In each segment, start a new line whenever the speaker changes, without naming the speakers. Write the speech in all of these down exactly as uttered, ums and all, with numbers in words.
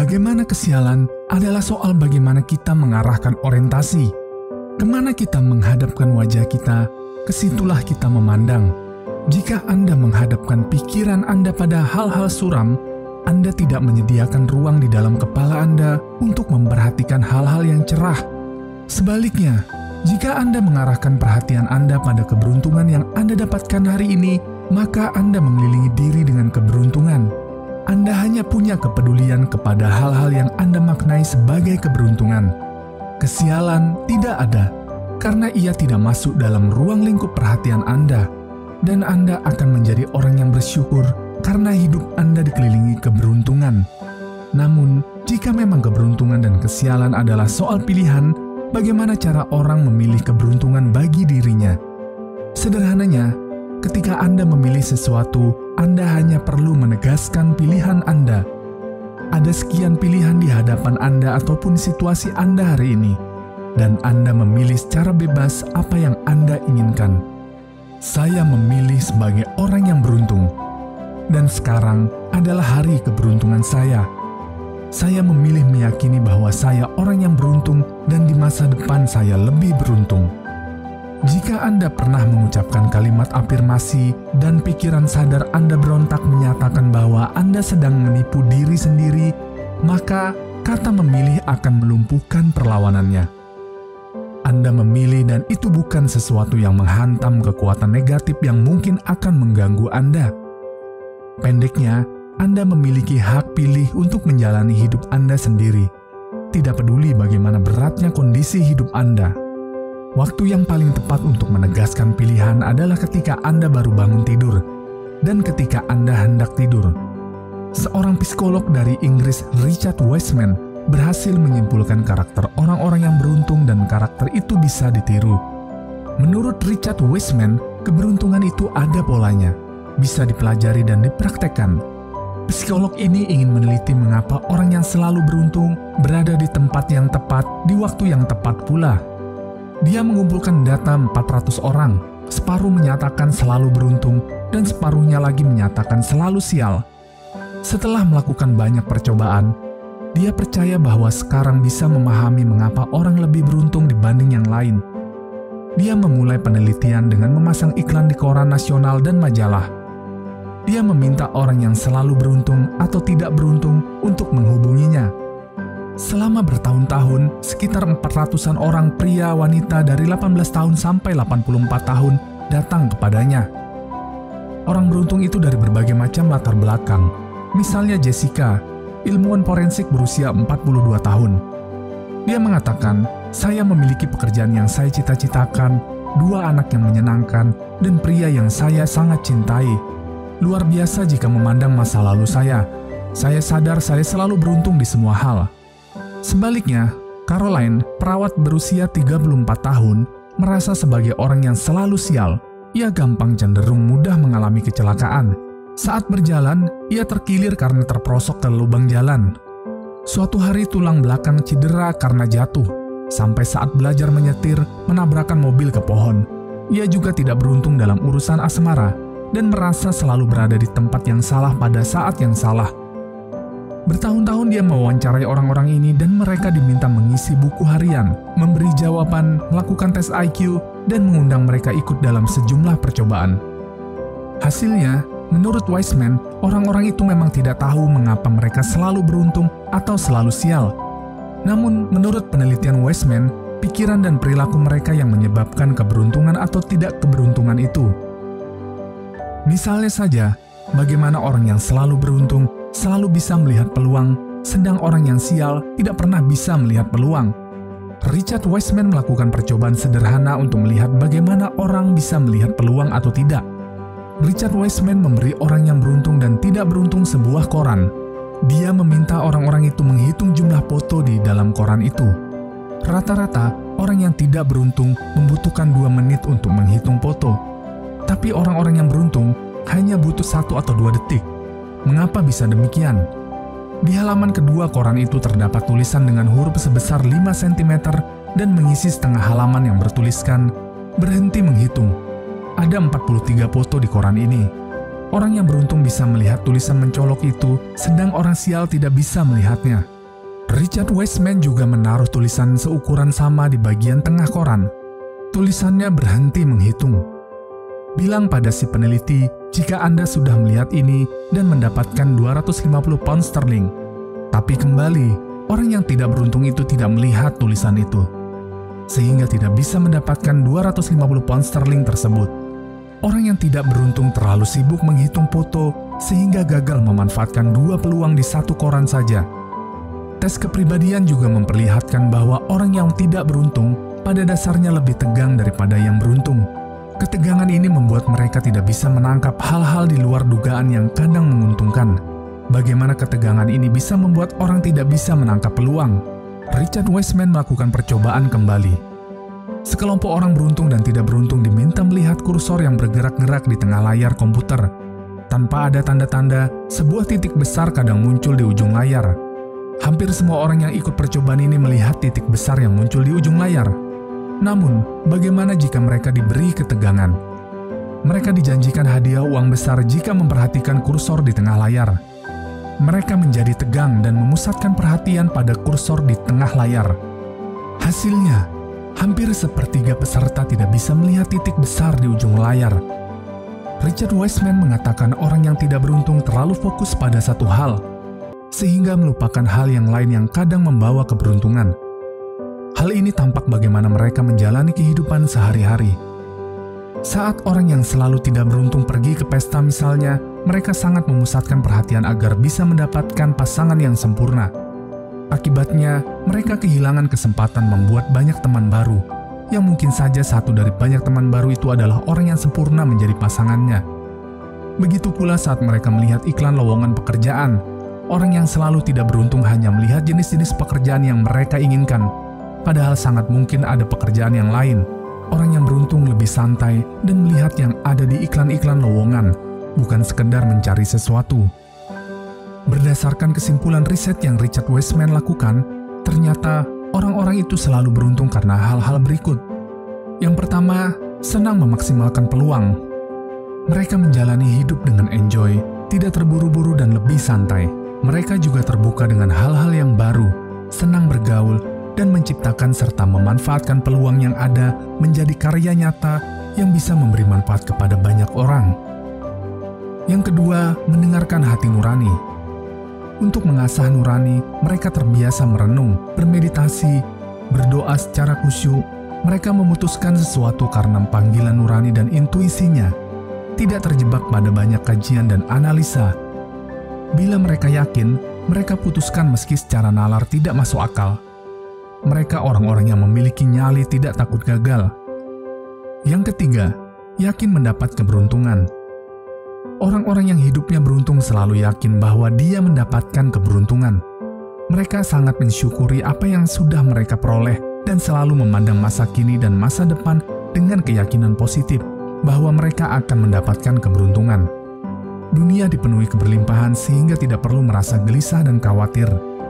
Bagaimana kesialan adalah soal bagaimana kita mengarahkan orientasi. Kemana kita menghadapkan wajah kita, kesitulah kita memandang. Jika Anda menghadapkan pikiran Anda pada hal-hal suram, Anda tidak menyediakan ruang di dalam kepala Anda untuk memperhatikan hal-hal yang cerah. Sebaliknya, jika Anda mengarahkan perhatian Anda pada keberuntungan yang Anda dapatkan hari ini, maka Anda mengelilingi diri dengan keberuntungan. Anda hanya punya kepedulian kepada hal-hal yang Anda maknai sebagai keberuntungan. Kesialan tidak ada, karena ia tidak masuk dalam ruang lingkup perhatian Anda, dan Anda akan menjadi orang yang bersyukur karena hidup Anda dikelilingi keberuntungan. Namun, jika memang keberuntungan dan kesialan adalah soal pilihan, bagaimana cara orang memilih keberuntungan bagi dirinya? Sederhananya, ketika Anda memilih sesuatu, Anda hanya perlu menegaskan pilihan Anda. Ada sekian pilihan di hadapan Anda ataupun situasi Anda hari ini, dan Anda memilih secara bebas apa yang Anda inginkan. Saya memilih sebagai orang yang beruntung, dan sekarang adalah hari keberuntungan saya. Saya memilih meyakini bahwa saya orang yang beruntung dan di masa depan saya lebih beruntung. Jika Anda pernah mengucapkan kalimat afirmasi dan pikiran sadar Anda berontak menyatakan bahwa Anda sedang menipu diri sendiri, maka kata memilih akan melumpuhkan perlawanannya. Anda memilih dan itu bukan sesuatu yang menghantam kekuatan negatif yang mungkin akan mengganggu Anda. Pendeknya, Anda memiliki hak pilih untuk menjalani hidup Anda sendiri. Tidak peduli bagaimana beratnya kondisi hidup Anda. Waktu yang paling tepat untuk menegaskan pilihan adalah ketika Anda baru bangun tidur dan ketika Anda hendak tidur. Seorang psikolog dari Inggris, Richard Wiseman, berhasil menyimpulkan karakter orang-orang yang beruntung dan karakter itu bisa ditiru. Menurut Richard Wiseman, keberuntungan itu ada polanya, bisa dipelajari dan dipraktekkan. Psikolog ini ingin meneliti mengapa orang yang selalu beruntung berada di tempat yang tepat di waktu yang tepat pula. Dia mengumpulkan data empat ratus orang, separuh menyatakan selalu beruntung dan separuhnya lagi menyatakan selalu sial. Setelah melakukan banyak percobaan, dia percaya bahwa sekarang bisa memahami mengapa orang lebih beruntung dibanding yang lain. Dia memulai penelitian dengan memasang iklan di koran nasional dan majalah. Dia meminta orang yang selalu beruntung atau tidak beruntung untuk menghubunginya. Selama bertahun-tahun, sekitar empat ratusan orang pria wanita dari delapan belas tahun sampai delapan puluh empat tahun datang kepadanya. Orang beruntung itu dari berbagai macam latar belakang. Misalnya Jessica, ilmuwan forensik berusia empat puluh dua tahun. Dia mengatakan, "Saya memiliki pekerjaan yang saya cita-citakan, dua anak yang menyenangkan, dan pria yang saya sangat cintai. Luar biasa jika memandang masa lalu saya. Saya sadar saya selalu beruntung di semua hal." Sebaliknya, Caroline, perawat berusia tiga puluh empat tahun, merasa sebagai orang yang selalu sial. Ia gampang cenderung mudah mengalami kecelakaan. Saat berjalan, ia terkilir karena terperosok ke lubang jalan. Suatu hari tulang belakang cedera karena jatuh. Sampai saat belajar menyetir, menabrakan mobil ke pohon. Ia juga tidak beruntung dalam urusan asmara dan merasa selalu berada di tempat yang salah pada saat yang salah. Bertahun-tahun dia mewawancarai orang-orang ini dan mereka diminta mengisi buku harian, memberi jawaban, melakukan tes I Q, dan mengundang mereka ikut dalam sejumlah percobaan. Hasilnya, menurut Wiseman, orang-orang itu memang tidak tahu mengapa mereka selalu beruntung atau selalu sial. Namun, menurut penelitian Wiseman, pikiran dan perilaku mereka yang menyebabkan keberuntungan atau tidak keberuntungan itu. Misalnya saja, bagaimana orang yang selalu beruntung selalu bisa melihat peluang, sedang orang yang sial tidak pernah bisa melihat peluang. Richard Wiseman melakukan percobaan sederhana untuk melihat bagaimana orang bisa melihat peluang atau tidak. Richard Wiseman memberi orang yang beruntung dan tidak beruntung sebuah koran. Dia meminta orang-orang itu menghitung jumlah foto di dalam koran itu. Rata-rata, orang yang tidak beruntung membutuhkan dua menit untuk menghitung foto. Tapi orang-orang yang beruntung hanya butuh satu atau dua detik. Mengapa bisa demikian? Di halaman kedua koran itu terdapat tulisan dengan huruf sebesar lima sentimeter dan mengisi setengah halaman yang bertuliskan, "Berhenti menghitung." Ada empat puluh tiga foto di koran ini. Orang yang beruntung bisa melihat tulisan mencolok itu, sedang orang sial tidak bisa melihatnya. Richard Wiseman juga menaruh tulisan seukuran sama di bagian tengah koran. Tulisannya berhenti menghitung. Bilang pada si peneliti jika Anda sudah melihat ini dan mendapatkan dua ratus lima puluh pound sterling. Tapi kembali, orang yang tidak beruntung itu tidak melihat tulisan itu, sehingga tidak bisa mendapatkan dua ratus lima puluh pound sterling tersebut. Orang yang tidak beruntung terlalu sibuk menghitung foto sehingga gagal memanfaatkan dua peluang di satu koran saja. Tes kepribadian juga memperlihatkan bahwa orang yang tidak beruntung pada dasarnya lebih tegang daripada yang beruntung. Ketegangan ini membuat mereka tidak bisa menangkap hal-hal di luar dugaan yang kadang menguntungkan. Bagaimana ketegangan ini bisa membuat orang tidak bisa menangkap peluang? Richard Wiseman melakukan percobaan kembali. Sekelompok orang beruntung dan tidak beruntung diminta melihat kursor yang bergerak-gerak di tengah layar komputer. Tanpa ada tanda-tanda, sebuah titik besar kadang muncul di ujung layar. Hampir semua orang yang ikut percobaan ini melihat titik besar yang muncul di ujung layar. Namun, bagaimana jika mereka diberi ketegangan? Mereka dijanjikan hadiah uang besar jika memperhatikan kursor di tengah layar. Mereka menjadi tegang dan memusatkan perhatian pada kursor di tengah layar. Hasilnya, hampir sepertiga peserta tidak bisa melihat titik besar di ujung layar. Richard Wiseman mengatakan orang yang tidak beruntung terlalu fokus pada satu hal, sehingga melupakan hal yang lain yang kadang membawa keberuntungan. Hal ini tampak bagaimana mereka menjalani kehidupan sehari-hari. Saat orang yang selalu tidak beruntung pergi ke pesta misalnya, mereka sangat memusatkan perhatian agar bisa mendapatkan pasangan yang sempurna. Akibatnya, mereka kehilangan kesempatan membuat banyak teman baru, yang mungkin saja satu dari banyak teman baru itu adalah orang yang sempurna menjadi pasangannya. Begitu pula saat mereka melihat iklan lowongan pekerjaan, orang yang selalu tidak beruntung hanya melihat jenis-jenis pekerjaan yang mereka inginkan, padahal sangat mungkin ada pekerjaan yang lain. Orang yang beruntung lebih santai dan melihat yang ada di iklan-iklan lowongan, bukan sekedar mencari sesuatu. Berdasarkan kesimpulan riset yang Richard Wiseman lakukan, ternyata orang-orang itu selalu beruntung karena hal-hal berikut. Yang pertama, senang memaksimalkan peluang. Mereka menjalani hidup dengan enjoy, tidak terburu-buru dan lebih santai. Mereka juga terbuka dengan hal-hal yang baru, senang bergaul, dan menciptakan serta memanfaatkan peluang yang ada menjadi karya nyata yang bisa memberi manfaat kepada banyak orang. Yang kedua, mendengarkan hati nurani. Untuk mengasah nurani, mereka terbiasa merenung, bermeditasi, berdoa secara khusyuk. Mereka memutuskan sesuatu karena panggilan nurani dan intuisinya, tidak terjebak pada banyak kajian dan analisa. Bila mereka yakin, mereka putuskan meski secara nalar tidak masuk akal. Mereka orang-orang yang memiliki nyali tidak takut gagal. Yang ketiga, yakin mendapat keberuntungan. Orang-orang yang hidupnya beruntung selalu yakin bahwa dia mendapatkan keberuntungan. Mereka sangat mensyukuri apa yang sudah mereka peroleh dan selalu memandang masa kini dan masa depan dengan keyakinan positif bahwa mereka akan mendapatkan keberuntungan. Dunia dipenuhi keberlimpahan sehingga tidak perlu merasa gelisah dan khawatir.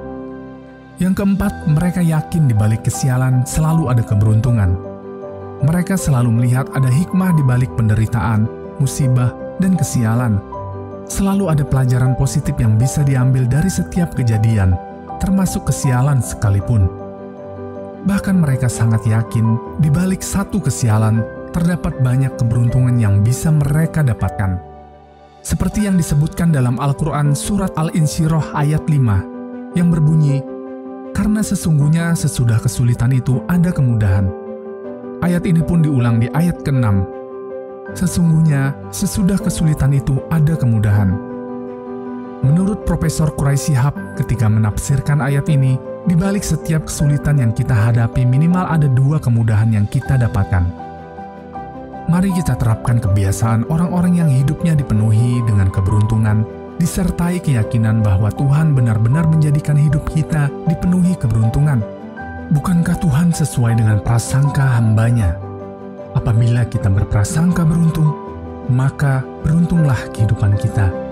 Yang keempat, mereka yakin di balik kesialan selalu ada keberuntungan. Mereka selalu melihat ada hikmah di balik penderitaan, musibah, dan kesialan. Selalu ada pelajaran positif yang bisa diambil dari setiap kejadian, termasuk kesialan sekalipun. Bahkan mereka sangat yakin di balik satu kesialan terdapat banyak keberuntungan yang bisa mereka dapatkan. Seperti yang disebutkan dalam Al-Quran Surat Al-Insyirah ayat lima, yang berbunyi, "Karena sesungguhnya sesudah kesulitan itu ada kemudahan." Ayat ini pun diulang di ayat keenam, "Sesungguhnya sesudah kesulitan itu ada kemudahan." Menurut Profesor Quraisy Shihab ketika menafsirkan ayat ini, di balik setiap kesulitan yang kita hadapi minimal ada dua kemudahan yang kita dapatkan. Mari kita terapkan kebiasaan orang-orang yang hidupnya dipenuhi dengan keberuntungan, disertai keyakinan bahwa Tuhan benar-benar menjadikan hidup kita dipenuhi keberuntungan. Bukankah Tuhan sesuai dengan prasangka hamba-Nya? Apabila kita berprasangka beruntung, maka beruntunglah kehidupan kita.